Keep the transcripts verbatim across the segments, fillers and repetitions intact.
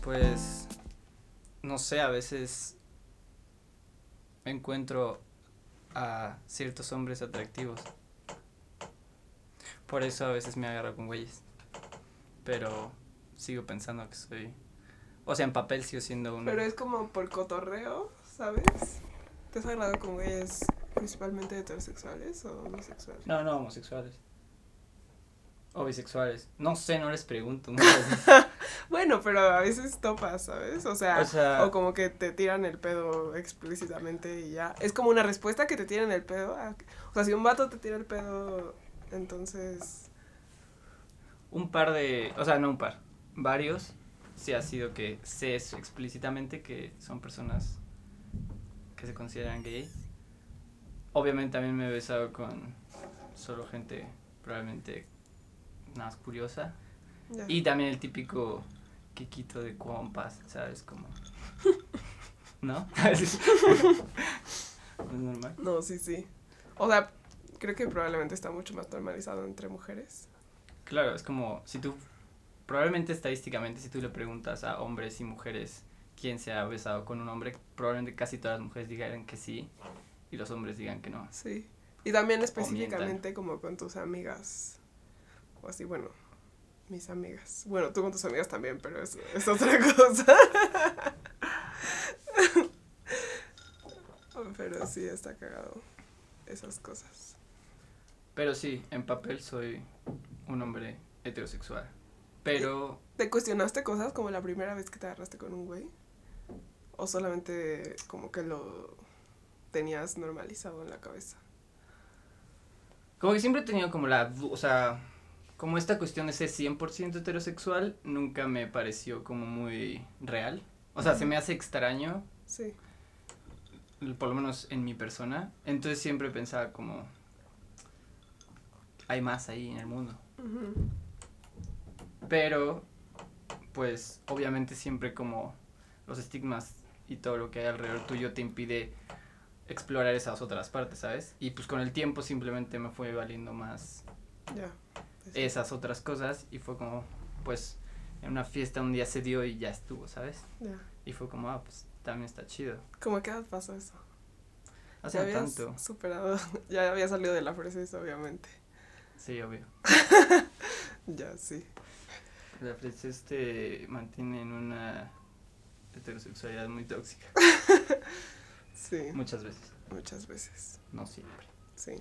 pues, no sé, a veces encuentro a ciertos hombres atractivos. Por eso a veces me agarro con güeyes. Pero sigo pensando que soy... O sea, en papel sigo siendo un... Pero es como por cotorreo, ¿sabes? ¿Te has agarrado con güeyes principalmente heterosexuales o homosexuales? No, no, homosexuales. O bisexuales. No sé, no les pregunto. No Bueno, pero a veces topas, ¿sabes? O sea, o sea, o como que te tiran el pedo explícitamente y ya. Es como una respuesta que te tiran el pedo. A... O sea, si un vato te tira el pedo, entonces... un par de... O sea, no un par. Varios. Sí ha sido que sé eso explícitamente que son personas que se consideran gay. Obviamente también me he besado con solo gente probablemente más curiosa. Ya. Y también el típico quiquito de compas, ¿sabes? Como... ¿No? ¿No es normal? No, sí, sí. O sea, creo que probablemente está mucho más normalizado entre mujeres. Claro, es como si tú... Probablemente estadísticamente si tú le preguntas a hombres y mujeres quién se ha besado con un hombre, probablemente casi todas las mujeres digan que sí y los hombres digan que no. Sí. Y también específicamente como con tus amigas. O así, bueno, mis amigas. Bueno, tú con tus amigas también, pero es, es otra cosa. Pero sí, está cagado esas cosas. Pero sí, en papel soy un hombre heterosexual. Pero... ¿Te cuestionaste cosas como la primera vez que te agarraste con un güey? ¿O solamente como que lo tenías normalizado en la cabeza? Como que siempre he tenido como la... O sea, como esta cuestión de ser cien por ciento heterosexual nunca me pareció como muy real. O sea, uh-huh. Se me hace extraño. Sí. Por lo menos en mi persona. Entonces siempre pensaba como... Hay más ahí en el mundo. Uh-huh. Pero, pues, obviamente siempre como los estigmas y todo lo que hay alrededor tuyo te impide explorar esas otras partes, ¿sabes? Y pues con el tiempo simplemente me fue valiendo más yeah, pues esas sí. Otras cosas y fue como, pues, en una fiesta un día se dio y ya estuvo, ¿sabes? Yeah. Y fue como, ah, pues, también está chido. ¿Cómo a qué edad pasó eso? Hace ya no habías tanto. superado, ya había salido de la fresa, obviamente. Sí, obvio. Ya, sí. La fresa te mantiene en una heterosexualidad muy tóxica. Sí. Muchas veces. Muchas veces. No siempre. Sí.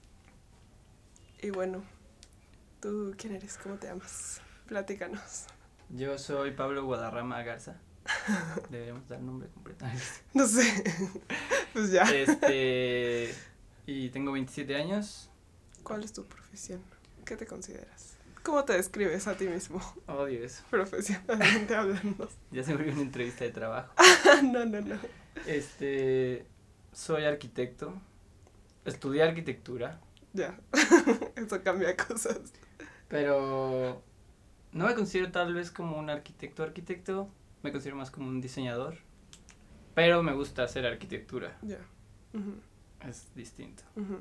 Y bueno, ¿tú quién eres? ¿Cómo te llamas? Platícanos. Yo soy Pablo Guadarrama Garza. Deberíamos dar nombre completo. No sé. Pues ya. Este. Y tengo veintisiete años. ¿Cuál es tu profesión? ¿Qué te consideras? ¿Cómo te describes a ti mismo? Odio eso. Profesionalmente hablando. Ya se volvió una entrevista de trabajo. No, no, no. Este. Soy arquitecto. Estudié arquitectura. Ya. Eso cambia cosas. Pero. No me considero tal vez como un arquitecto arquitecto. Me considero más como un diseñador. Pero me gusta hacer arquitectura. Ya. Uh-huh. Es distinto. Uh-huh.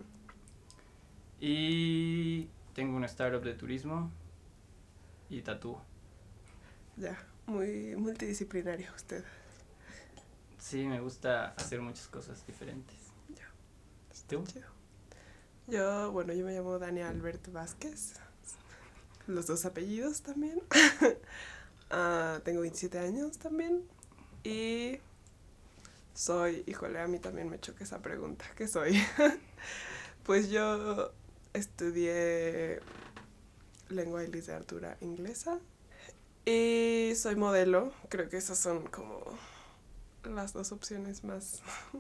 Y tengo una startup de turismo y tatúo. Ya, muy multidisciplinario usted. Sí, me gusta hacer muchas cosas diferentes. Ya. ¿Tú? Chido. Yo, bueno, yo me llamo Dania Albert Vázquez. Los dos apellidos también. uh, tengo veintisiete años también. Y soy, híjole, a mí también me choca esa pregunta. ¿Qué soy? Pues yo estudié lengua y literatura inglesa y soy modelo. Creo que esas son como las dos opciones más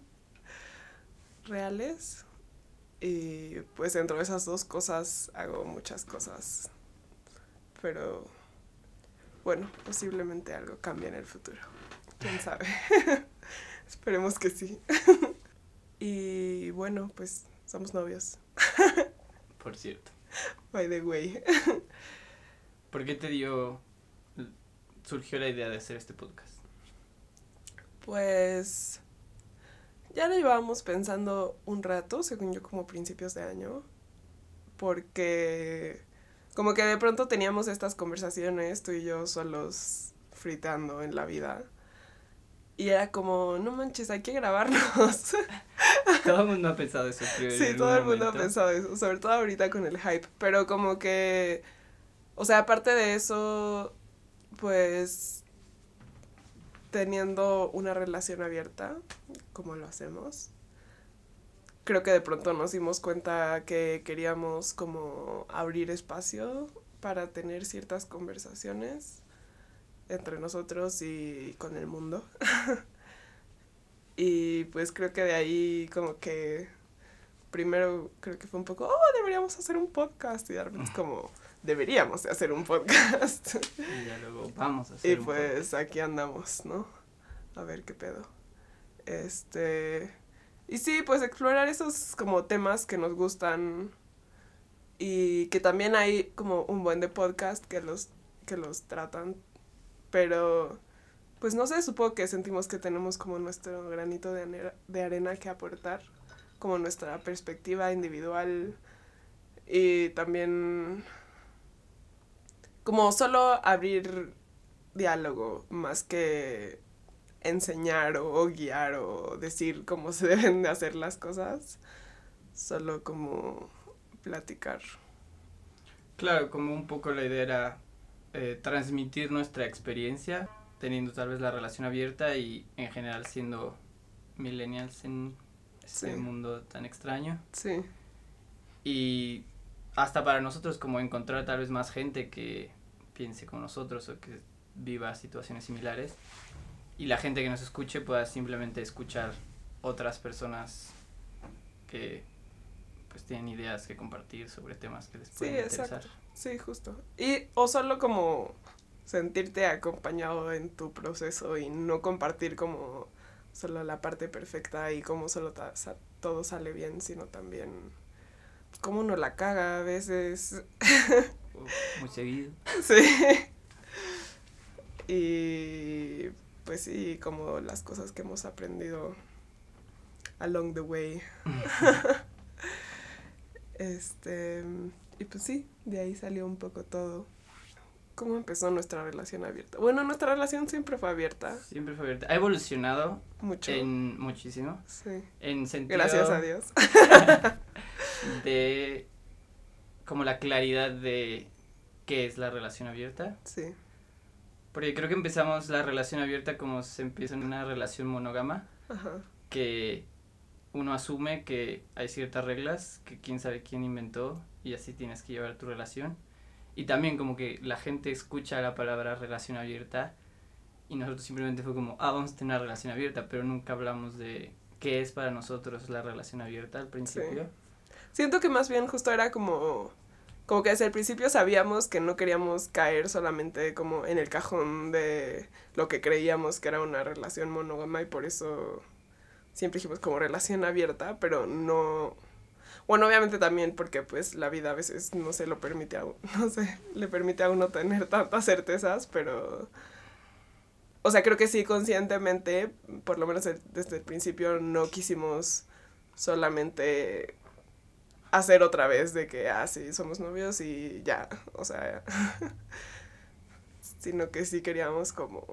reales. Y pues dentro de esas dos cosas hago muchas cosas. Pero bueno, posiblemente algo cambie en el futuro. ¿Quién sabe? Esperemos que sí. Y bueno, pues somos novios. Por cierto. By the way. ¿Por qué te dio, surgió la idea de hacer este podcast? Pues ya lo llevábamos pensando un rato, según yo, como principios de año. Porque como que de pronto teníamos estas conversaciones, tú y yo solos, friteando en la vida. Y era como, no manches, hay que grabarnos. Todo el mundo ha pensado eso. Creo, Sí, todo el mundo momento. ha pensado eso, sobre todo ahorita con el hype. Pero como que, o sea, aparte de eso, pues, teniendo una relación abierta, como lo hacemos, creo que de pronto nos dimos cuenta que queríamos como abrir espacio para tener ciertas conversaciones entre nosotros y con el mundo. Y pues creo que de ahí como que primero creo que fue un poco, oh, deberíamos hacer un podcast. Y de repente es como, deberíamos de hacer un podcast. Y ya luego vamos a hacer y un pues podcast. Aquí andamos, ¿no? A ver qué pedo. Este... Y sí, pues explorar esos como temas que nos gustan y que también hay como un buen de podcast que los, que los tratan, pero pues no sé, supongo que sentimos que tenemos como nuestro granito de, anera, de arena que aportar, como nuestra perspectiva individual y también como solo abrir diálogo más que enseñar o guiar o decir cómo se deben de hacer las cosas, solo como platicar. Claro, como un poco la idea era eh, transmitir nuestra experiencia, teniendo tal vez la relación abierta y en general siendo millennials en este sí. mundo tan extraño. Sí. Y hasta para nosotros como encontrar tal vez más gente que piense como nosotros o que viva situaciones similares. Y la gente que nos escuche pueda simplemente escuchar otras personas que pues tienen ideas que compartir sobre temas que les pueden sí, interesar. Exacto. Sí, justo. Y o solo como sentirte acompañado en tu proceso y no compartir como solo la parte perfecta y cómo solo ta- sa- todo sale bien, sino también cómo uno la caga a veces. Uf, muy seguido. Sí. Y pues sí, como las cosas que hemos aprendido along the way. este, y pues sí, de ahí salió un poco todo. ¿Cómo empezó nuestra relación abierta? Bueno, nuestra relación siempre fue abierta. Siempre fue abierta. Ha evolucionado mucho. En muchísimo. Sí. En sentido Gracias a Dios. de como la claridad de qué es la relación abierta. Sí. Porque creo que empezamos la relación abierta como se empieza en una relación monógama. Ajá. Que uno asume que hay ciertas reglas que quién sabe quién inventó y así tienes que llevar tu relación. Y también como que la gente escucha la palabra relación abierta y nosotros simplemente fue como, ah, vamos a tener una relación abierta, pero nunca hablamos de qué es para nosotros la relación abierta al principio. Sí. Siento que más bien justo era como... Como que desde el principio sabíamos que no queríamos caer solamente como en el cajón de lo que creíamos que era una relación monógama y por eso siempre dijimos como relación abierta, pero no... Bueno, obviamente también porque pues la vida a veces no se lo permite a uno, no sé, le permite a uno tener tantas certezas, pero... O sea, creo que sí, conscientemente, por lo menos desde el principio no quisimos solamente... hacer otra vez de que, ah, sí, somos novios y ya, o sea, sino que sí queríamos como,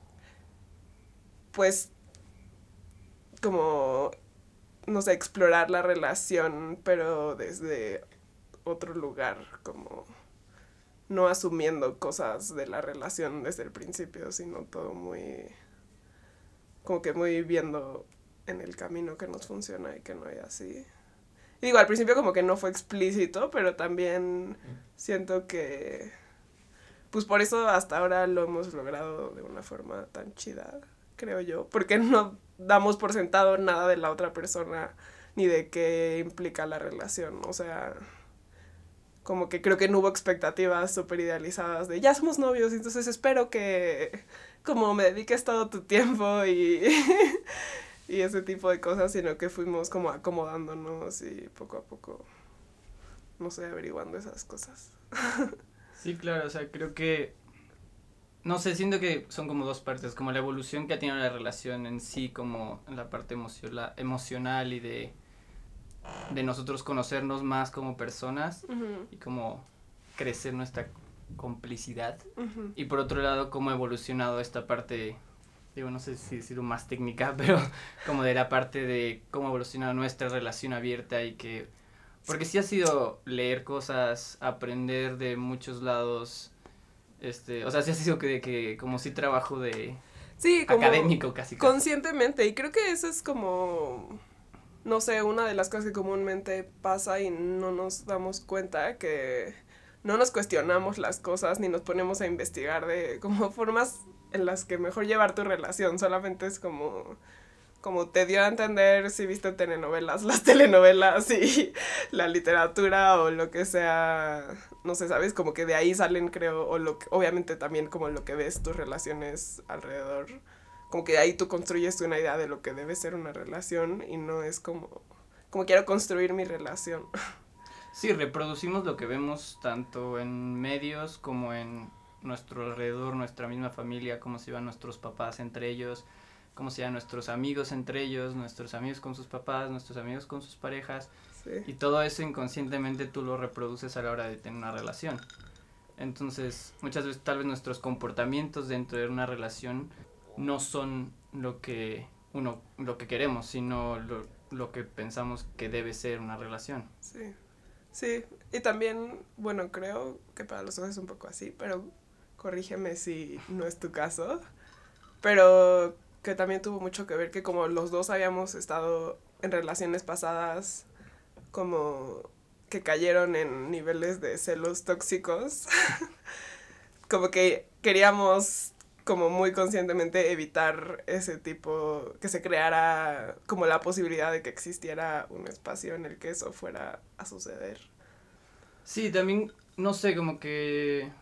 pues, como, no sé, explorar la relación, pero desde otro lugar, como, no asumiendo cosas de la relación desde el principio, sino todo muy, como que muy viendo en el camino que nos funciona y que no hay así. Y digo, al principio como que no fue explícito, pero también siento que, pues por eso hasta ahora lo hemos logrado de una forma tan chida, creo yo, porque no damos por sentado nada de la otra persona, ni de qué implica la relación, o sea, como que creo que no hubo expectativas súper idealizadas de ya somos novios, entonces espero que como me dediques todo tu tiempo y... y ese tipo de cosas, sino que fuimos como acomodándonos y poco a poco, no sé, averiguando esas cosas. Sí, claro, o sea, creo que, no sé, siento que son como dos partes, como la evolución que ha tenido la relación en sí, como en la parte emocional, emocional y de, de nosotros conocernos más como personas uh-huh. y como crecer nuestra complicidad. Ujú. Y por otro lado, cómo ha evolucionado esta parte, digo, no sé si decirlo más técnica, pero como de la parte de cómo ha evolucionado nuestra relación abierta y que, porque sí ha sido leer cosas, aprender de muchos lados, este, o sea, sí ha sido que, que como si trabajo de Sí, como académico casi casi. conscientemente, y creo que eso es como, no sé, una de las cosas que comúnmente pasa y no nos damos cuenta, que no nos cuestionamos las cosas ni nos ponemos a investigar de como formas en las que mejor llevar tu relación, solamente es como como te dio a entender si viste telenovelas, las telenovelas y la literatura o lo que sea, no sé, ¿sabes? Como que de ahí salen, creo, o lo que, obviamente también como lo que ves tus relaciones alrededor, como que de ahí tú construyes una idea de lo que debe ser una relación y no es como, como quiero construir mi relación. Sí, reproducimos lo que vemos tanto en medios como en nuestro alrededor, nuestra misma familia, cómo se llevan nuestros papás entre ellos, cómo se llevan nuestros amigos entre ellos, nuestros amigos con sus papás, nuestros amigos con sus parejas, Sí. y todo eso inconscientemente tú lo reproduces a la hora de tener una relación. Entonces, muchas veces tal vez nuestros comportamientos dentro de una relación no son lo que uno lo que queremos, sino lo, lo que pensamos que debe ser una relación. Sí. Sí, y también, bueno, creo que para los dos es un poco así, pero corrígeme si no es tu caso, pero que también tuvo mucho que ver que como los dos habíamos estado en relaciones pasadas como que cayeron en niveles de celos tóxicos, como que queríamos como muy conscientemente evitar ese tipo, que se creara como la posibilidad de que existiera un espacio en el que eso fuera a suceder. Sí, también, no sé, como que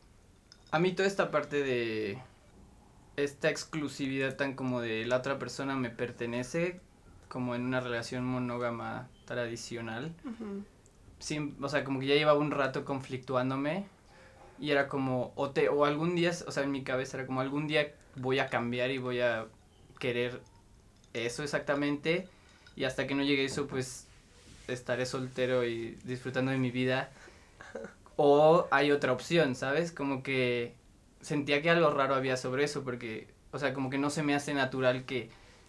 a mí toda esta parte de esta exclusividad tan como de la otra persona me pertenece, como en una relación monógama tradicional, Uh-huh. sí, o sea, como que ya llevaba un rato conflictuándome y era como, o, te, o algún día, o sea, en mi cabeza era como algún día voy a cambiar y voy a querer eso exactamente, y hasta que no llegue eso, pues estaré soltero y disfrutando de mi vida. O hay otra opción, ¿sabes? Como que sentía que algo raro había sobre eso, porque, o sea, como que no se me hace natural que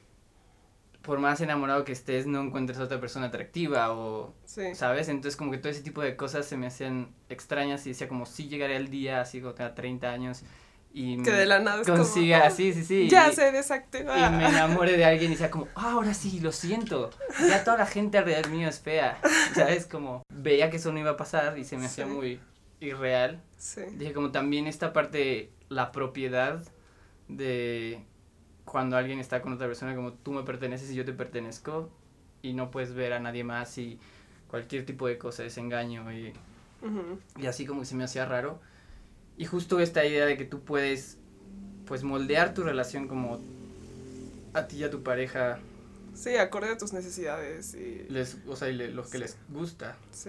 por más enamorado que estés no encuentres a otra persona atractiva o, Sí. ¿sabes? Entonces como que todo ese tipo de cosas se me hacían extrañas y decía como si llegaré al día así como tenga treinta años y Que de la nada es como, consiga, oh, sí, sí, ya sí, se y, y me desactiva. enamore de alguien y sea como, ah, ahora sí, lo siento, ya toda la gente alrededor mío es fea, ¿sabes? Como veía que eso no iba a pasar y se me hacía Sí, muy irreal. sí. Dije como también esta parte de la propiedad de cuando alguien está con otra persona, como tú me perteneces y yo te pertenezco y no puedes ver a nadie más y cualquier tipo de cosa es engaño y, Uh-huh. y así como que se me hacía raro. Y justo esta idea de que tú puedes pues moldear tu relación como a ti y a tu pareja Sí, acorde a tus necesidades y... les, o sea, y le, lo que Sí, les gusta. sí,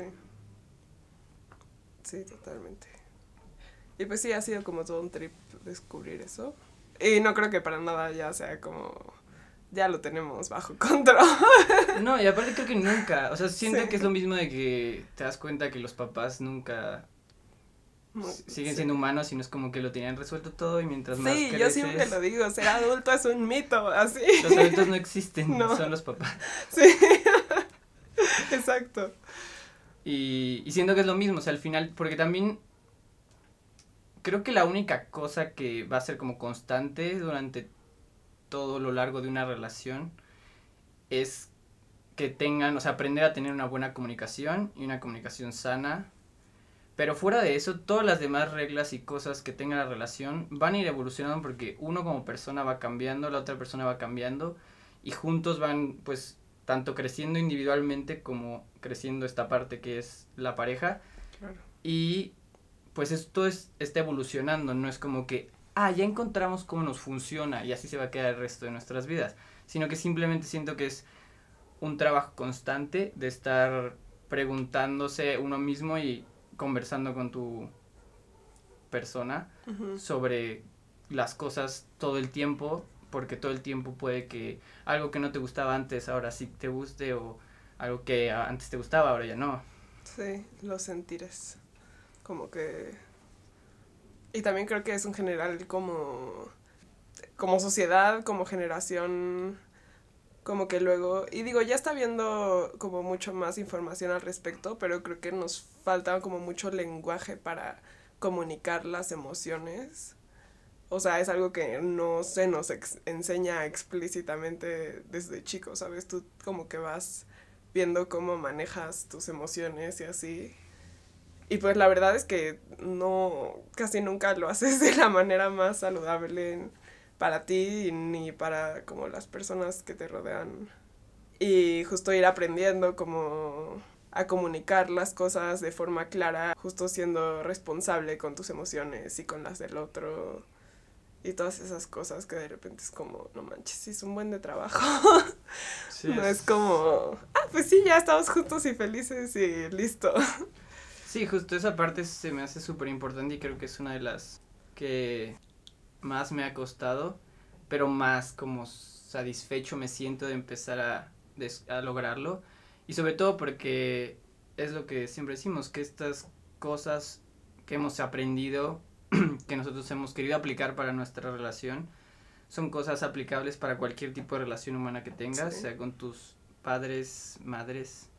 sí, totalmente. Y pues sí, ha sido como todo un trip descubrir eso. Y no creo que para nada ya sea como... Ya lo tenemos bajo control. No, y aparte creo que nunca, o sea, siento Sí. que es lo mismo de que te das cuenta que los papás nunca Muy, siguen sí. siendo humanos y no es como que lo tenían resuelto todo y mientras más Sí, yo siempre creces, lo digo, ser adulto es un mito, así. los adultos no existen, No, son los papás. sí, exacto. Y, y siento que es lo mismo, o sea, al final, porque también creo que la única cosa que va a ser como constante durante todo lo largo de una relación es que tengan, o sea, aprender a tener una buena comunicación y una comunicación sana. Pero fuera de eso, todas las demás reglas y cosas que tenga la relación van a ir evolucionando porque uno como persona va cambiando, la otra persona va cambiando y juntos van pues tanto creciendo individualmente como creciendo esta parte que es la pareja. Claro. Y pues esto es, está evolucionando, no es como que, ah, ya encontramos cómo nos funciona y así se va a quedar el resto de nuestras vidas, sino que simplemente siento que es un trabajo constante de estar preguntándose uno mismo y conversando con tu persona Uh-huh. sobre las cosas todo el tiempo, porque todo el tiempo puede que algo que no te gustaba antes ahora sí te guste o algo que antes te gustaba ahora ya no. Sí, los sentires. Como que Y también creo que es un general como, como sociedad, como generación, como que luego, y digo, ya está viendo como mucho más información al respecto, pero creo que nos falta como mucho lenguaje para comunicar las emociones. O sea, es algo que no se nos ex- enseña explícitamente desde chicos, ¿sabes? Tú como que vas viendo cómo manejas tus emociones y así. Y pues la verdad es que no, casi nunca lo haces de la manera más saludable para ti ni para como las personas que te rodean. Y justo ir aprendiendo como a comunicar las cosas de forma clara, justo siendo responsable con tus emociones y con las del otro y todas esas cosas que de repente es como, no manches, es un buen de trabajo. Sí, No es es... como, ah, pues sí, ya estamos juntos y felices y listo. Sí, justo esa parte se me hace súper importante y creo que es una de las que más me ha costado, pero más como satisfecho me siento de empezar a, des- a lograrlo. Y sobre todo porque es lo que siempre decimos, que estas cosas que hemos aprendido, que nosotros hemos querido aplicar para nuestra relación, son cosas aplicables para cualquier tipo de relación humana que Sí, tengas, sea con tus padres, madres,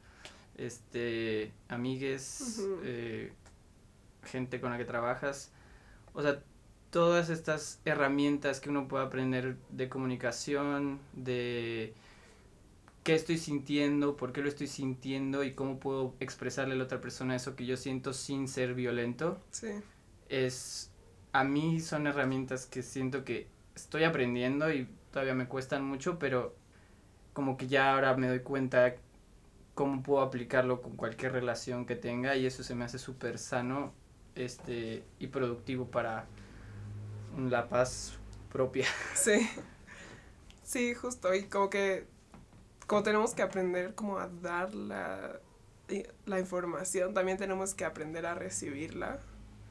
este, amigues, ujú, eh, gente con la que trabajas. O sea, todas estas herramientas que uno puede aprender de comunicación, de qué estoy sintiendo, por qué lo estoy sintiendo y cómo puedo expresarle a la otra persona eso que yo siento sin ser violento, sí, es, a mí son herramientas que siento que estoy aprendiendo y todavía me cuestan mucho, pero como que ya ahora me doy cuenta cómo puedo aplicarlo con cualquier relación que tenga y eso se me hace súper sano este y productivo para la paz propia. sí, sí, justo, y como que, como tenemos que aprender como a dar la, la información, también tenemos que aprender a recibirla,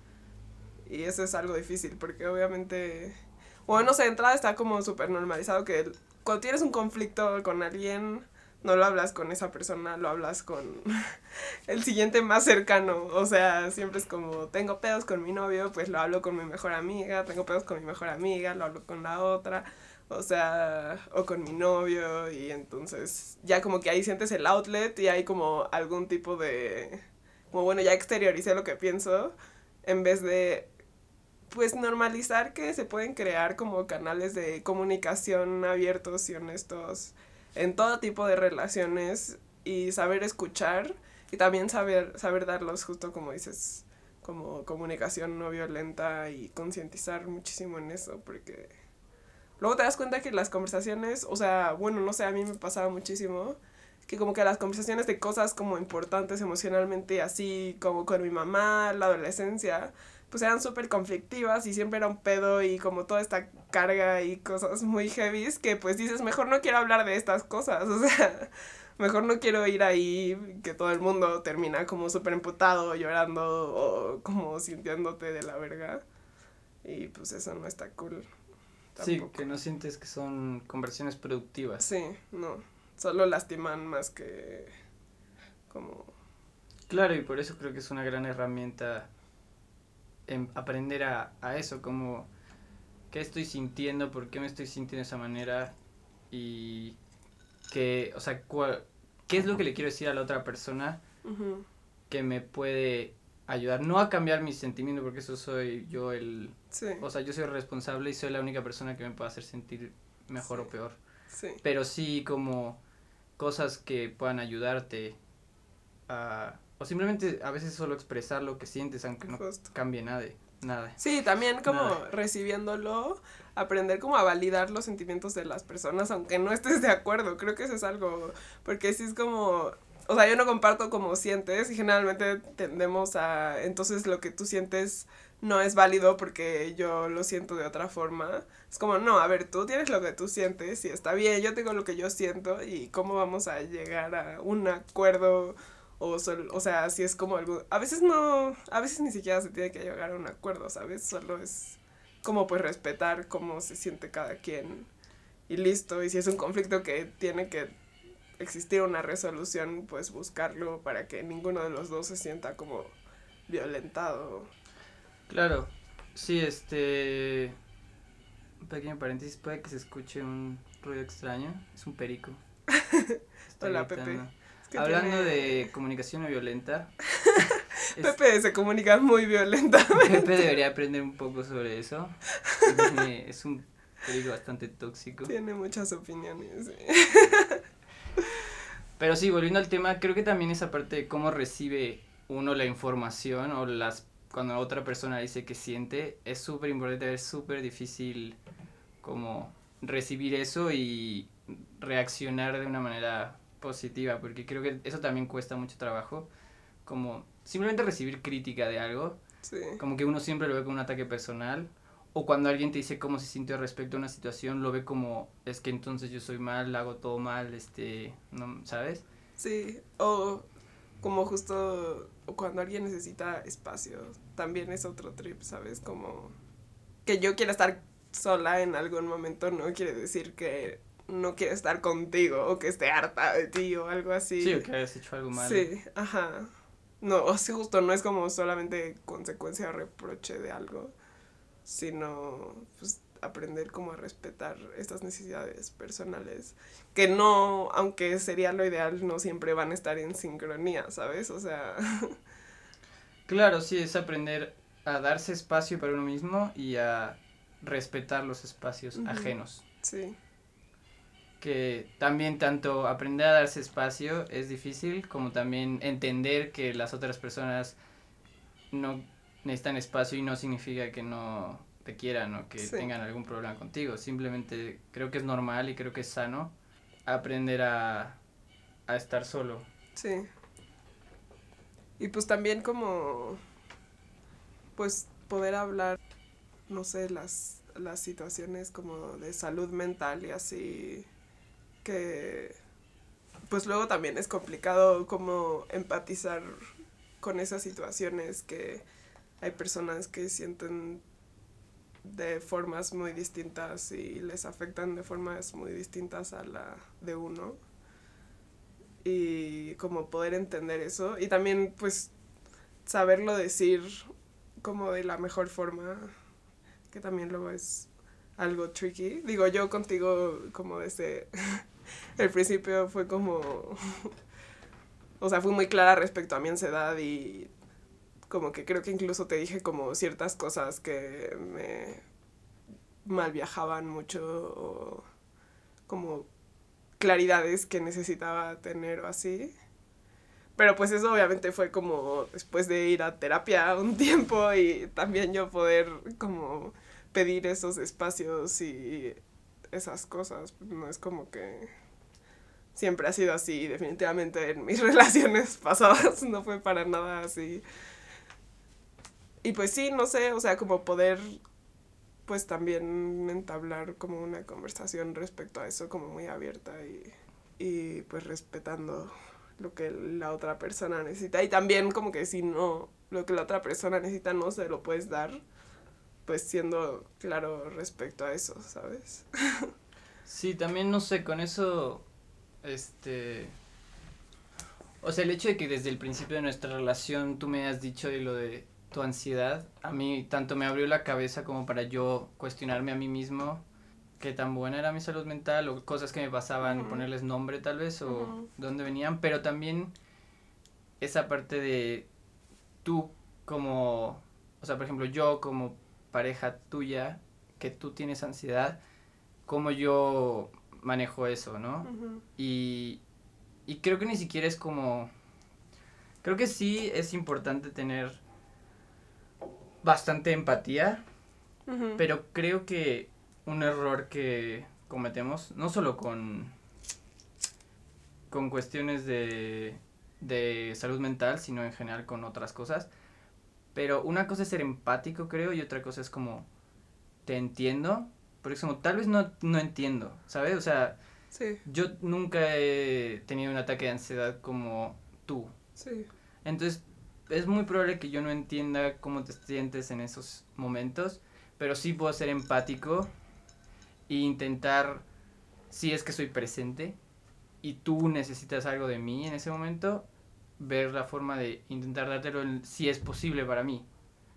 y eso es algo difícil, porque obviamente, bueno, no sé, de entrada está como súper normalizado que el- cuando tienes un conflicto con alguien, no lo hablas con esa persona, lo hablas con el siguiente más cercano. O sea, siempre es como, tengo pedos con mi novio, pues lo hablo con mi mejor amiga, tengo pedos con mi mejor amiga, lo hablo con la otra. O sea, o con mi novio, y entonces ya como que ahí sientes el outlet y hay como algún tipo de, como bueno, ya exterioricé lo que pienso, en vez de pues normalizar que se pueden crear como canales de comunicación abiertos y honestos en todo tipo de relaciones, y saber escuchar y también saber saber darlos, justo como dices, como comunicación no violenta, y concientizar muchísimo en eso, porque luego te das cuenta que las conversaciones, o sea, bueno, no sé, a mí me pasaba muchísimo que como que las conversaciones de cosas como importantes emocionalmente, así como con mi mamá, la adolescencia, pues eran súper conflictivas y siempre era un pedo y como toda esta carga y cosas muy heavies que pues dices, mejor no quiero hablar de estas cosas, o sea, mejor no quiero ir ahí que todo el mundo termina como súper emputado, llorando o como sintiéndote de la verga, y pues eso no está cool Sí, tampoco. que no sientes que son conversiones productivas. Sí, no, solo lastiman más que como... Claro, y por eso creo que es una gran herramienta en aprender a, a eso, como qué estoy sintiendo, por qué me estoy sintiendo de esa manera y que, o sea, cuál, qué es lo que le quiero decir a la otra persona Uh-huh. que me puede ayudar, no a cambiar mis sentimientos, porque eso soy yo el, Sí, o sea, yo soy responsable y soy la única persona que me puede hacer sentir mejor sí, o peor, sí, pero sí como cosas que puedan ayudarte a, o simplemente a veces solo expresar lo que sientes, aunque no justo. cambie nada, nada, Sí, también como nada. recibiéndolo, aprender como a validar los sentimientos de las personas, aunque no estés de acuerdo. Creo que eso es algo, porque sí es como, o sea, yo no comparto como sientes y generalmente tendemos a, entonces lo que tú sientes no es válido porque yo lo siento de otra forma. Es como, no, a ver, tú tienes lo que tú sientes y está bien, yo tengo lo que yo siento, y cómo vamos a llegar a un acuerdo, o, sol, o sea, si es como algo... A veces no, a veces ni siquiera se tiene que llegar a un acuerdo, ¿sabes? Solo es como pues respetar cómo se siente cada quien y listo. Y si es un conflicto que tiene que existir una resolución, pues buscarlo para que ninguno de los dos se sienta como violentado. Claro, Sí, este... Un pequeño paréntesis, puede que se escuche un ruido extraño. Es un perico. Está Hola, gritando. Pepe. Es que Hablando tiene... de comunicación no violenta. es... Pepe se comunica muy violentamente. Pepe debería aprender un poco sobre eso. Tiene... Es un perico bastante tóxico. Tiene muchas opiniones. Sí. Pero sí, volviendo al tema, creo que también esa parte de cómo recibe uno la información o las cuando otra persona dice que siente, es súper importante, es súper difícil como recibir eso y reaccionar de una manera positiva, porque creo que eso también cuesta mucho trabajo, como simplemente recibir crítica de algo, Sí. como que uno siempre lo ve como un ataque personal, o cuando alguien te dice cómo se sintió respecto a una situación, lo ve como, es que entonces yo soy mal, hago todo mal, este, no, ¿sabes? Sí, o como justo cuando alguien necesita espacio, también es otro trip, ¿sabes? Como que yo quiera estar sola en algún momento no quiere decir que no quiere estar contigo o que esté harta de ti o algo así. Sí, o que hayas hecho algo malo. Sí, ajá. No, o sea, justo no es como solamente consecuencia o reproche de algo, sino pues aprender como a respetar estas necesidades personales que no, aunque sería lo ideal, no siempre van a estar en sincronía, ¿sabes? O sea, Claro, sí, es aprender a darse espacio para uno mismo y a respetar los espacios ujú, ajenos. sí, Que también tanto aprender a darse espacio es difícil, como también entender que las otras personas no necesitan espacio y no significa que no te quieran o que sí, tengan algún problema contigo. Simplemente creo que es normal y creo que es sano aprender a, a estar solo. sí. Y pues también como, pues poder hablar, no sé, las, las situaciones como de salud mental y así, que pues luego también es complicado como empatizar con esas situaciones que hay personas que sienten de formas muy distintas y les afectan de formas muy distintas a la de uno. Y como poder entender eso y también pues saberlo decir como de la mejor forma, que también luego es algo tricky. Digo, yo contigo como desde el principio fue como, o sea, fui muy clara respecto a mi ansiedad y como que creo que incluso te dije como ciertas cosas que me mal viajaban mucho o como claridades que necesitaba tener o así. Pero pues eso obviamente fue como después de ir a terapia un tiempo y también yo poder como pedir esos espacios y esas cosas. No es como que siempre ha sido así, definitivamente en mis relaciones pasadas no fue para nada así. Y pues sí, no sé, o sea, como poder pues también entablar como una conversación respecto a eso como muy abierta y, y pues respetando lo que la otra persona necesita y también como que si no, lo que la otra persona necesita no se lo puedes dar, pues siendo claro respecto a eso, ¿sabes? Sí, también no sé, con eso, este... O sea, el hecho de que desde el principio de nuestra relación tú me has dicho de lo de tu ansiedad, a mí tanto me abrió la cabeza como para yo cuestionarme a mí mismo qué tan buena era mi salud mental o cosas que me pasaban, Uh-huh. ponerles nombre tal vez o Uh-huh. de dónde venían, pero también esa parte de tú como, o sea, por ejemplo, yo como pareja tuya, que tú tienes ansiedad, cómo yo manejo eso, ¿no? Uh-huh. Y, y creo que ni siquiera es como... Creo que sí es importante tener bastante empatía, Uh-huh. pero creo que un error que cometemos, no solo con, con cuestiones de, de salud mental, sino en general con otras cosas, pero una cosa es ser empático, creo, y otra cosa es como, te entiendo, pero es como, tal vez no, no entiendo, ¿sabes? O sea, Sí, yo nunca he tenido un ataque de ansiedad como tú. sí. Entonces, es muy probable que yo no entienda cómo te sientes en esos momentos, pero sí puedo ser empático e intentar, si es que soy presente y tú necesitas algo de mí en ese momento, ver la forma de intentar dártelo en- si es posible para mí.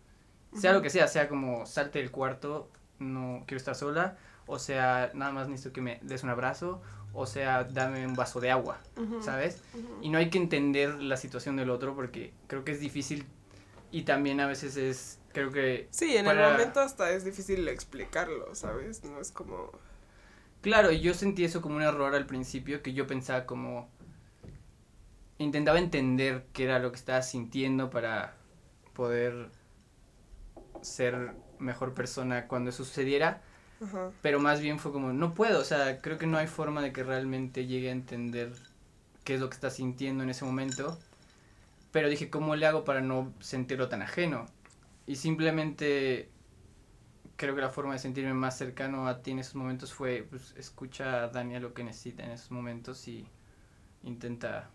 Sea lo que sea, sea como salte del cuarto, no quiero estar sola, o sea, nada más necesito que me des un abrazo, o sea, dame un vaso de agua, Ujú, ¿sabes? ujú. Y no hay que entender la situación del otro porque creo que es difícil y también a veces es, creo que Sí, en el para... momento hasta es difícil explicarlo, ¿sabes? No es como... Claro, yo sentí eso como un error al principio, que yo pensaba como... Intentaba entender qué era lo que estaba sintiendo para poder ser mejor persona cuando eso sucediera, Ajá. pero más bien fue como, no puedo, o sea, creo que no hay forma de que realmente llegue a entender qué es lo que está sintiendo en ese momento, pero dije, ¿cómo le hago para no sentirlo tan ajeno? Y simplemente creo que la forma de sentirme más cercano a ti en esos momentos fue, pues, escucha a Dania lo que necesita en esos momentos y intenta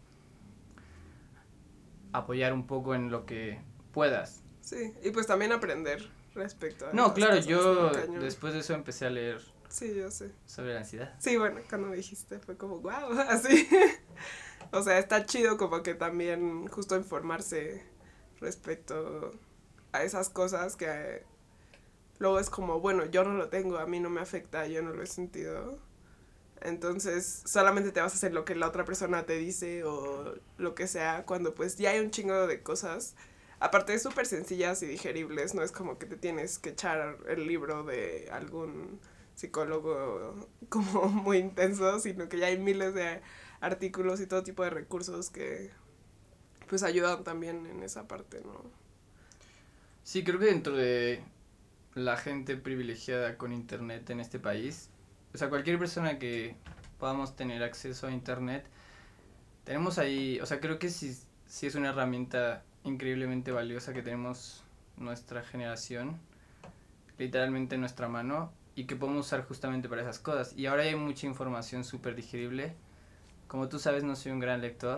apoyar un poco en lo que puedas. Sí, y pues también aprender respecto a No, esas claro, cosas, ¿no? yo Cañón. después de eso empecé a leer Sí, yo sé. sobre la ansiedad. Sí, bueno, cuando me dijiste fue como, wow, así. O sea, está chido como que también justo informarse respecto a esas cosas que eh, luego es como, bueno, yo no lo tengo, a mí no me afecta, yo no lo he sentido. Entonces, solamente te vas a hacer lo que la otra persona te dice o lo que sea, cuando pues ya hay un chingo de cosas. Aparte de súper sencillas y digeribles, no es como que te tienes que echar el libro de algún psicólogo como muy intenso, sino que ya hay miles de artículos y todo tipo de recursos que pues ayudan también en esa parte, ¿no? Sí, creo que dentro de la gente privilegiada con internet en este país, o sea, cualquier persona que podamos tener acceso a internet, tenemos ahí, o sea, creo que sí, sí es una herramienta increíblemente valiosa que tenemos nuestra generación, literalmente en nuestra mano, y que podemos usar justamente para esas cosas. Y ahora hay mucha información súper digerible. Como tú sabes, no soy un gran lector.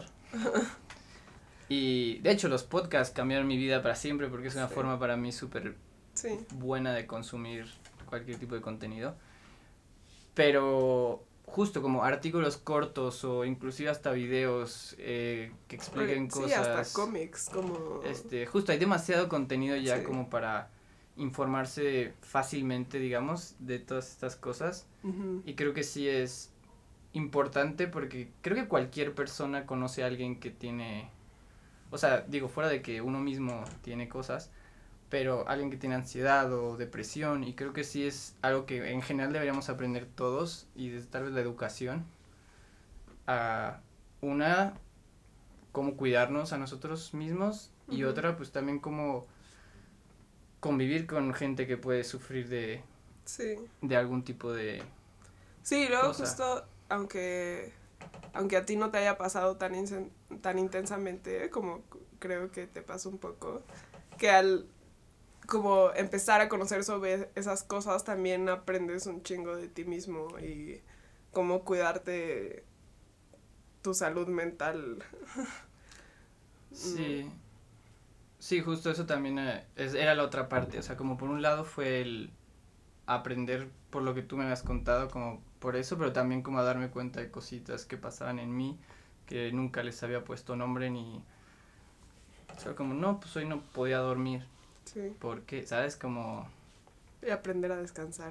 Y de hecho los podcasts cambiaron mi vida para siempre porque es una Sí, forma para mí súper sí, buena de consumir cualquier tipo de contenido. Pero justo como artículos cortos o inclusive hasta videos eh, que expliquen sí, hasta cosas, cómics, como... este, justo hay demasiado contenido ya Sí. como para informarse fácilmente, digamos, de todas estas cosas. Uh-huh. Y creo que sí es importante porque creo que cualquier persona conoce a alguien que tiene, o sea, digo, fuera de que uno mismo tiene cosas, pero alguien que tiene ansiedad o depresión, y creo que sí es algo que en general deberíamos aprender todos, y desde tal vez la educación, a una, cómo cuidarnos a nosotros mismos, y Uh-huh. otra, pues también cómo convivir con gente que puede sufrir de, Sí. de algún tipo de Sí, luego cosa. justo, aunque aunque a ti no te haya pasado tan, insen- tan intensamente, ¿eh? Como c- creo que te pasó un poco, que al como empezar a conocer sobre esas cosas también aprendes un chingo de ti mismo y cómo cuidarte tu salud mental. Mm, Sí, sí, justo eso también eh, es, era la otra parte, o sea, como por un lado fue el aprender por lo que tú me habías contado, como por eso, pero también como a darme cuenta de cositas que pasaban en mí, que nunca les había puesto nombre ni... O sea, como, no, pues hoy no podía dormir, sí, ¿por qué? ¿Sabes? Como, y aprender a descansar.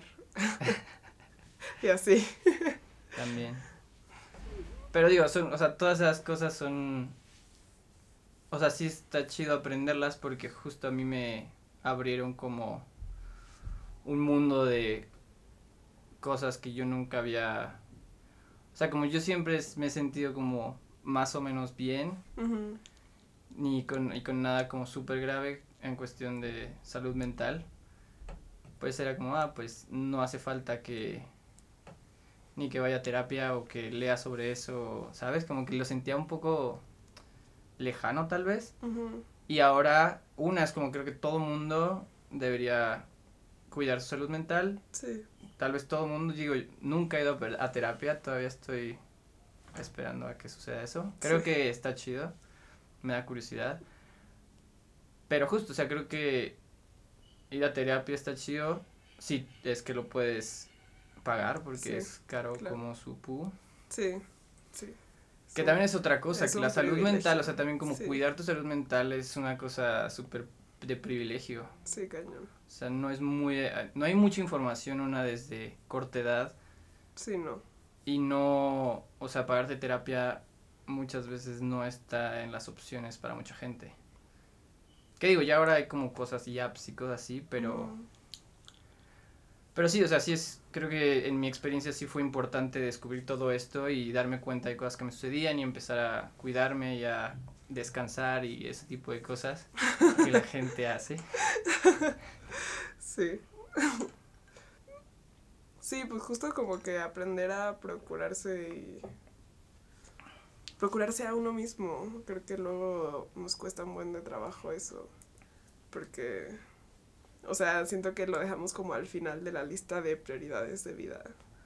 Y así. también. Pero digo, son, o sea, todas esas cosas son... O sea, sí está chido aprenderlas porque justo a mí me abrieron como un mundo de cosas que yo nunca había... O sea, como yo siempre me he sentido como más o menos bien, Ujú. ni con, y con nada como súper grave en cuestión de salud mental, pues era como, ah, pues no hace falta que ni que vaya a terapia o que lea sobre eso, ¿sabes? Como que lo sentía un poco lejano tal vez. Ujú. Y ahora, una es como creo que todo mundo debería cuidar su salud mental. Sí, Tal vez todo mundo, digo, nunca he ido a terapia, todavía estoy esperando a que suceda eso. sí, Creo que está chido, me da curiosidad. Pero justo, o sea, creo que ir a terapia está chido. Sí, es que lo puedes pagar porque sí, es caro claro. como su pu. Sí, sí. Que Es un, también es otra cosa, es que la un salud mental, o privilegio. sea, también como Sí, cuidar tu salud mental es una cosa súper de privilegio. Sí, cañón. O sea, no es muy, no hay mucha información una desde corta edad. Sí, no. Y no, o sea, pagarte terapia muchas veces no está en las opciones para mucha gente. ¿Qué digo? Ya ahora hay como cosas y apps y cosas así, pero... Mm. Pero sí, o sea, sí es, creo que en mi experiencia sí fue importante descubrir todo esto y darme cuenta de cosas que me sucedían y empezar a cuidarme y a descansar y ese tipo de cosas que la gente hace. Sí. Sí, pues justo como que aprender a procurarse y procurarse a uno mismo. Creo que luego nos cuesta un buen de trabajo eso. Porque, o sea, siento que lo dejamos como al final de la lista de prioridades de vida.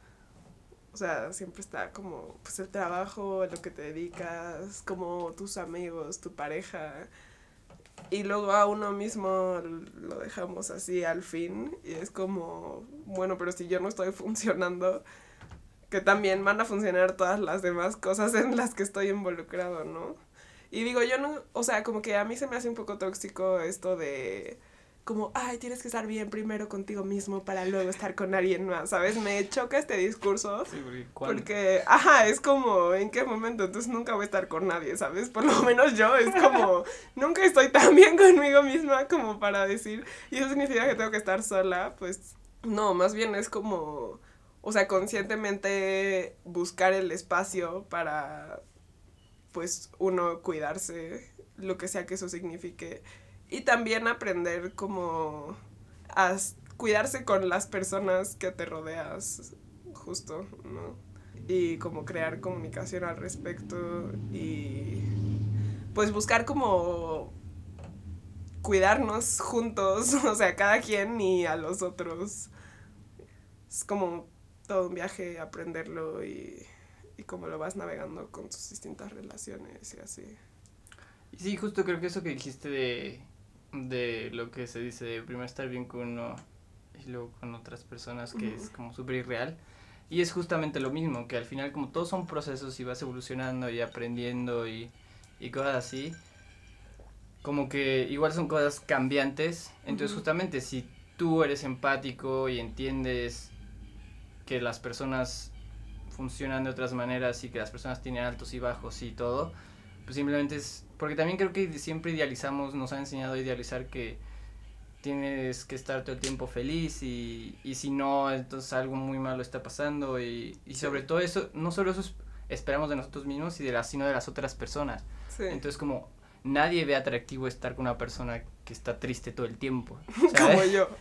O sea, siempre está como pues el trabajo, lo que te dedicas, como tus amigos, tu pareja. Y luego a uno mismo lo dejamos así al fin. Y es como, bueno, pero si yo no estoy funcionando, que también van a funcionar todas las demás cosas en las que estoy involucrado, ¿no? Y digo, yo no, o sea, como que a mí se me hace un poco tóxico esto de como, ay, tienes que estar bien primero contigo mismo para luego estar con alguien más, ¿sabes? Me choca este discurso. Sí, porque, ¿cuándo? Porque, ajá, es como, ¿en qué momento? Entonces nunca voy a estar con nadie, ¿sabes? Por lo menos yo, es como, nunca estoy tan bien conmigo misma como para decir, y eso significa que tengo que estar sola, pues, no, más bien es como, o sea, conscientemente buscar el espacio para, pues, uno cuidarse, lo que sea que eso signifique. Y también aprender como a cuidarse con las personas que te rodeas, justo, ¿no? Y como crear comunicación al respecto y pues buscar como cuidarnos juntos, o sea, cada quien y a los otros. Es como todo un viaje aprenderlo y, y cómo lo vas navegando con tus distintas relaciones y así. Y sí, justo creo que eso que dijiste de, de lo que se dice de primero estar bien con uno y luego con otras personas, que uh-huh. es como súper irreal. Y es justamente lo mismo, que al final como todos son procesos y vas evolucionando y aprendiendo y, y cosas así, como que igual son cosas cambiantes. Entonces uh-huh. justamente si tú eres empático y entiendes que las personas funcionan de otras maneras y que las personas tienen altos y bajos y todo, pues simplemente es, porque también creo que siempre idealizamos, nos han enseñado a idealizar que tienes que estar todo el tiempo feliz y, y si no, entonces algo muy malo está pasando y, y sobre sí. todo eso, no solo eso esperamos de nosotros mismos y de las, sino de las otras personas. Sí. Entonces como nadie ve atractivo estar con una persona que está triste todo el tiempo, ¿sabes? Como yo.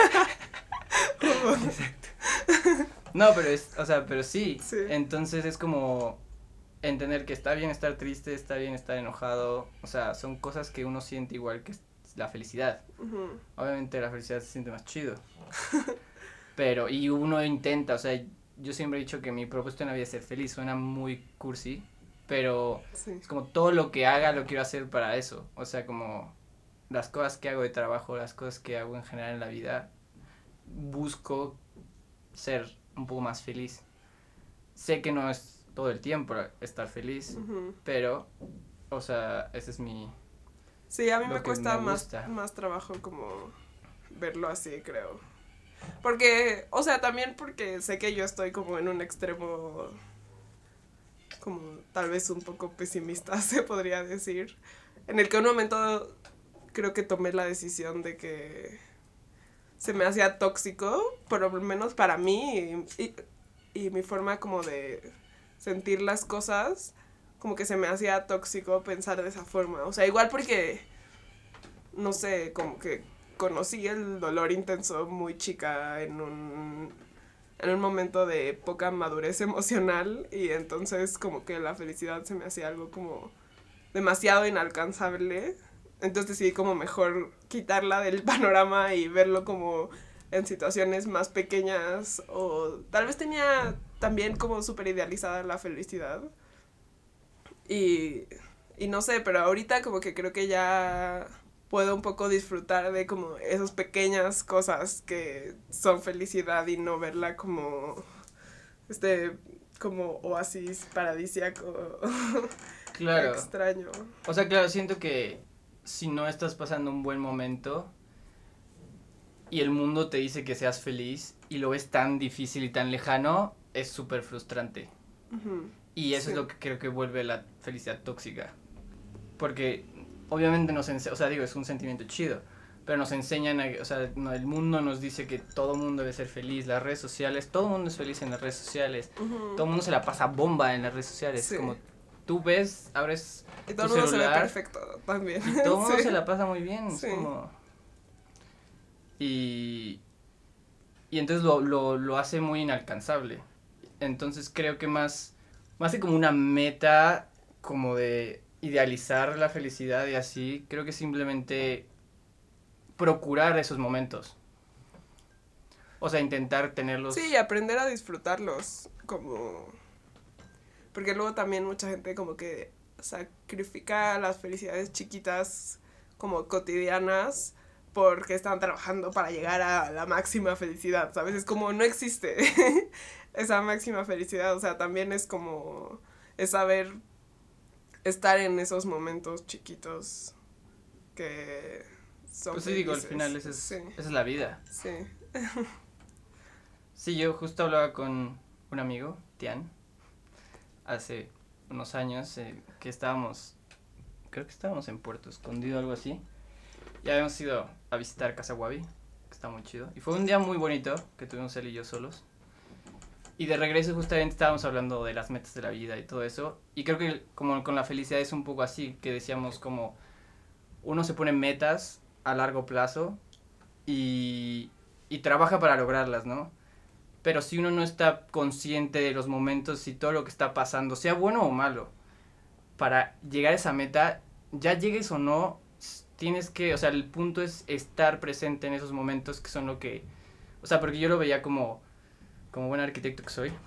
Exacto. No, pero es, o sea, pero sí. sí. Entonces es como entender que está bien estar triste, está bien estar enojado, o sea, son cosas que uno siente igual que la felicidad. Uh-huh. Obviamente la felicidad se siente más chido. Pero, y uno intenta, o sea, yo siempre he dicho que mi propósito en la vida es ser feliz, suena muy cursi, pero sí. es como todo lo que haga lo quiero hacer para eso, o sea, como las cosas que hago de trabajo, las cosas que hago en general en la vida, busco ser un poco más feliz. Sé que no es todo el tiempo estar feliz, uh-huh. pero, o sea, ese es mi... Sí, a mí me cuesta me más, más trabajo como verlo así, creo. Porque, o sea, también porque sé que yo estoy como en un extremo como tal vez un poco pesimista, se podría decir, en el que en un momento creo que tomé la decisión de que se me hacía tóxico, por lo menos para mí, y, y, y mi forma como de sentir las cosas, como que se me hacía tóxico pensar de esa forma. O sea, igual porque, no sé, como que conocí el dolor intenso muy chica en un, en un momento de poca madurez emocional y entonces como que la felicidad se me hacía algo como demasiado inalcanzable. Entonces decidí como mejor quitarla del panorama y verlo como en situaciones más pequeñas o tal vez tenía también como súper idealizada la felicidad. Y, y no sé, pero ahorita como que creo que ya puedo un poco disfrutar de como esas pequeñas cosas que son felicidad y no verla como este como oasis paradisíaco. Claro. Extraño. O sea, claro, siento que si no estás pasando un buen momento y el mundo te dice que seas feliz y lo ves tan difícil y tan lejano, es súper frustrante. Uh-huh. Y eso sí. es lo que creo que vuelve la felicidad tóxica. Porque obviamente nos enseñan, o sea, digo, es un sentimiento chido, pero nos enseñan, a, o sea, no, el mundo nos dice que todo el mundo debe ser feliz, las redes sociales, todo el mundo es feliz en las redes sociales, uh-huh. todo el mundo se la pasa bomba en las redes sociales, sí. como tú ves, abres y todo tu el mundo celular, se ve perfecto también. Y todo el mundo sí. se la pasa muy bien, sí. es como... Y, y entonces lo, lo, lo hace muy inalcanzable. Entonces creo que más, más que como una meta, como de idealizar la felicidad y así, creo que simplemente procurar esos momentos. O sea, intentar tenerlos... Sí, y aprender a disfrutarlos, como... Porque luego también mucha gente como que sacrifica las felicidades chiquitas, como cotidianas, porque están trabajando para llegar a la máxima felicidad, ¿sabes? Es como, no existe esa máxima felicidad, o sea, también es como, es saber estar en esos momentos chiquitos que son Pues sí, digo, al final esa es, sí. esa es la vida. Sí. Sí, yo justo hablaba con un amigo, Tian, hace unos años, eh, que estábamos, creo que estábamos en Puerto Escondido, algo así. Ya habíamos ido a visitar Casa Wabi, que está muy chido. Y fue un día muy bonito que tuvimos él y yo solos. Y de regreso justamente estábamos hablando de las metas de la vida y todo eso. Y creo que como con la felicidad es un poco así, que decíamos como uno se pone metas a largo plazo y, y trabaja para lograrlas, ¿no? Pero si uno no está consciente de los momentos y todo lo que está pasando, sea bueno o malo, para llegar a esa meta, ya llegues o no, tienes que, o sea, el punto es estar presente en esos momentos que son lo que, o sea, porque yo lo veía como, como buen arquitecto que soy,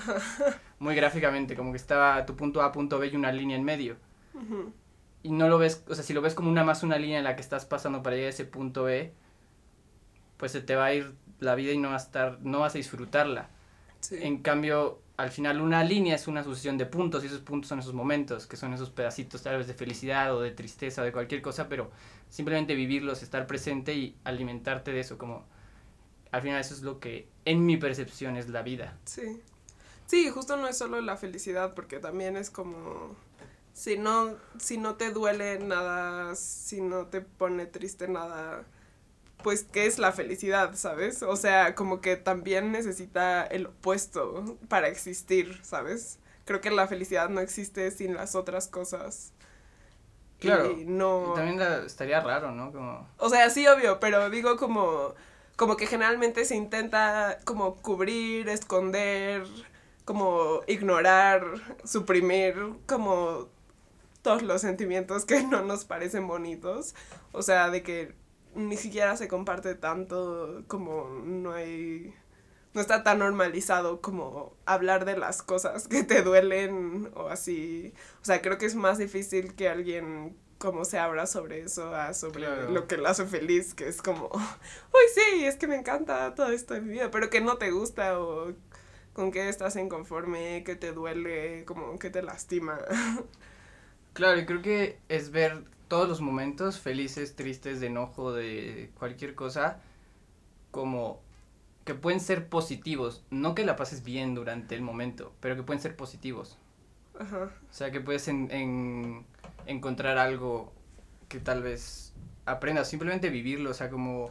muy gráficamente, como que estaba tu punto A, punto B y una línea en medio. Uh-huh. Y no lo ves, o sea, si lo ves como una más una línea en la que estás pasando para llegar a ese punto B, pues se te va a ir la vida y no vas a estar, no vas a disfrutarla. Sí. En cambio, al final una línea es una sucesión de puntos y esos puntos son esos momentos, que son esos pedacitos tal vez de felicidad o de tristeza o de cualquier cosa, pero simplemente vivirlos, estar presente y alimentarte de eso, como al final eso es lo que en mi percepción es la vida. Sí, sí, justo no es solo la felicidad, porque también es como, si no, si no te duele nada, si no te pone triste nada, pues, ¿qué es la felicidad, sabes? O sea, como que también necesita el opuesto para existir, ¿sabes? Creo que la felicidad no existe sin las otras cosas. Claro, y no... y también la, estaría raro, ¿no? Como... O sea, sí, obvio, pero digo como, como que generalmente se intenta como cubrir, esconder, como ignorar, suprimir, como todos los sentimientos que no nos parecen bonitos. O sea, de que ni siquiera se comparte tanto, como no hay, no está tan normalizado como hablar de las cosas que te duelen o así. O sea, creo que es más difícil que alguien como se abra sobre eso a sobre claro. Lo que lo hace feliz, que es como, uy, sí, es que me encanta todo esto de mi vida, pero que no te gusta o con qué estás inconforme, que te duele, como que te lastima. Claro, y creo que es ver todos los momentos felices, tristes, de enojo, de cualquier cosa, como que pueden ser positivos, no que la pases bien durante el momento, pero que pueden ser positivos. Ajá. O sea, que puedes en, en, encontrar algo que tal vez aprendas, simplemente vivirlo, o sea, como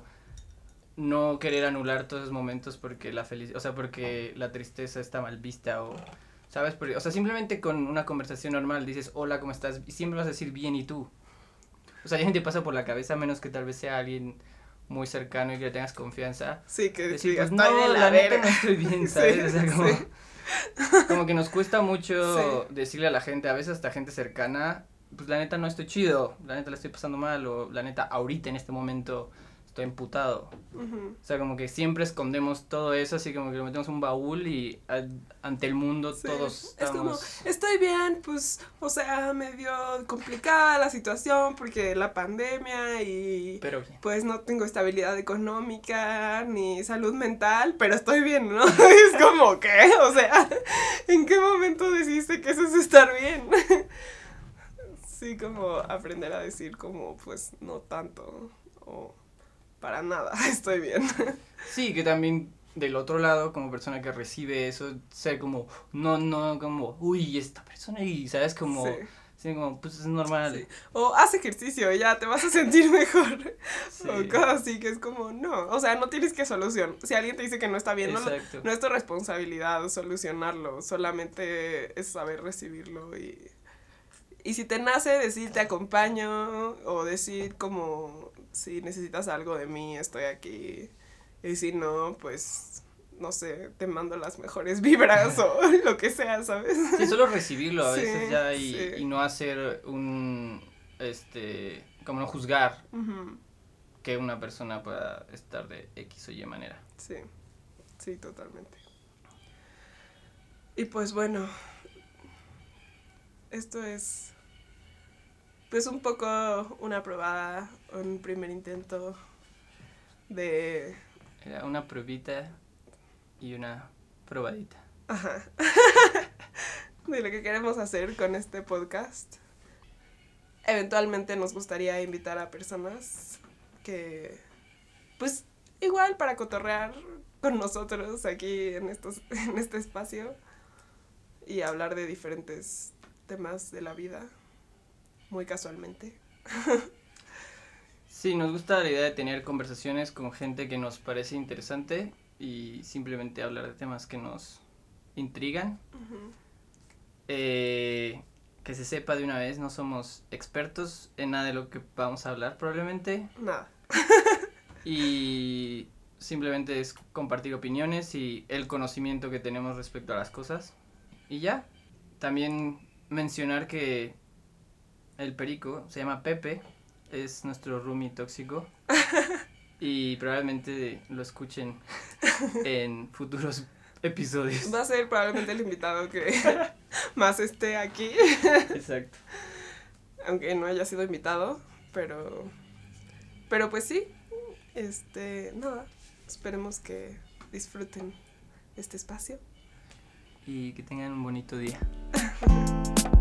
no querer anular todos esos momentos porque la felicidad, o sea, porque la tristeza está mal vista o... ¿Sabes? Porque, o sea, simplemente con una conversación normal dices, hola, ¿cómo estás? Y siempre vas a decir bien, ¿y tú? O sea, ya ni te pasa por la cabeza, menos que tal vez sea alguien muy cercano y que le tengas confianza. Sí, que decir, digas, pues, no, de la, la verga. neta no estoy bien, ¿sabes? Sí, o sea, como, sí. como que nos cuesta mucho sí. decirle a la gente, a veces hasta gente cercana, pues la neta no estoy chido, la neta la estoy pasando mal, o la neta ahorita en este momento estoy emputado. Uh-huh. O sea, como que siempre escondemos todo eso, así como que lo metemos en un baúl y a, ante el mundo sí. todos estamos... Es como, estoy bien, pues, o sea, medio complicada la situación porque la pandemia y... Pero bien. Pues no tengo estabilidad económica ni salud mental, pero estoy bien, ¿no? Es como, ¿qué? O sea, ¿en qué momento decidiste que eso es estar bien? Sí, como aprender a decir como, pues, no tanto, o para nada, estoy bien. Sí, que también del otro lado, como persona que recibe eso, ser como, no, no, como, uy, esta persona, y sabes, como, Sí. sí, como, pues es normal. Sí. O haz ejercicio, ya te vas a sentir mejor. Sí. O cosas así que es como, no. O sea, no tienes que solucionar. Si alguien te dice que no está bien, no, lo- Exacto. no es tu responsabilidad solucionarlo. Solamente es saber recibirlo. Y, y si te nace decir te acompaño, o decir como, si necesitas algo de mí, estoy aquí. Y si no, pues, no sé, te mando las mejores vibras o lo que sea, ¿sabes? Sí, solo recibirlo a Sí, veces ya y, sí. y no hacer un, este, como no juzgar Ujú. que una persona pueda estar de X o Y manera. Sí, sí, totalmente. Y pues bueno, esto es pues un poco una probada, un primer intento de... Era una probita y una probadita. Ajá. De lo que queremos hacer con este podcast. Eventualmente nos gustaría invitar a personas que, pues, igual para cotorrear con nosotros aquí en, estos, en este espacio y hablar de diferentes temas de la vida, muy casualmente. Sí, nos gusta la idea de tener conversaciones con gente que nos parece interesante y simplemente hablar de temas que nos intrigan. Uh-huh. Eh, que se sepa de una vez, no somos expertos en nada de lo que vamos a hablar probablemente. Nada. Y simplemente es compartir opiniones y el conocimiento que tenemos respecto a las cosas. Y ya, también mencionar que el perico se llama Pepe, es nuestro roomie tóxico. Y probablemente lo escuchen en futuros episodios. Va a ser probablemente el invitado que más esté aquí. Exacto. Aunque no haya sido invitado, pero... Pero pues sí, este, nada, esperemos que disfruten este espacio. Y que tengan un bonito día.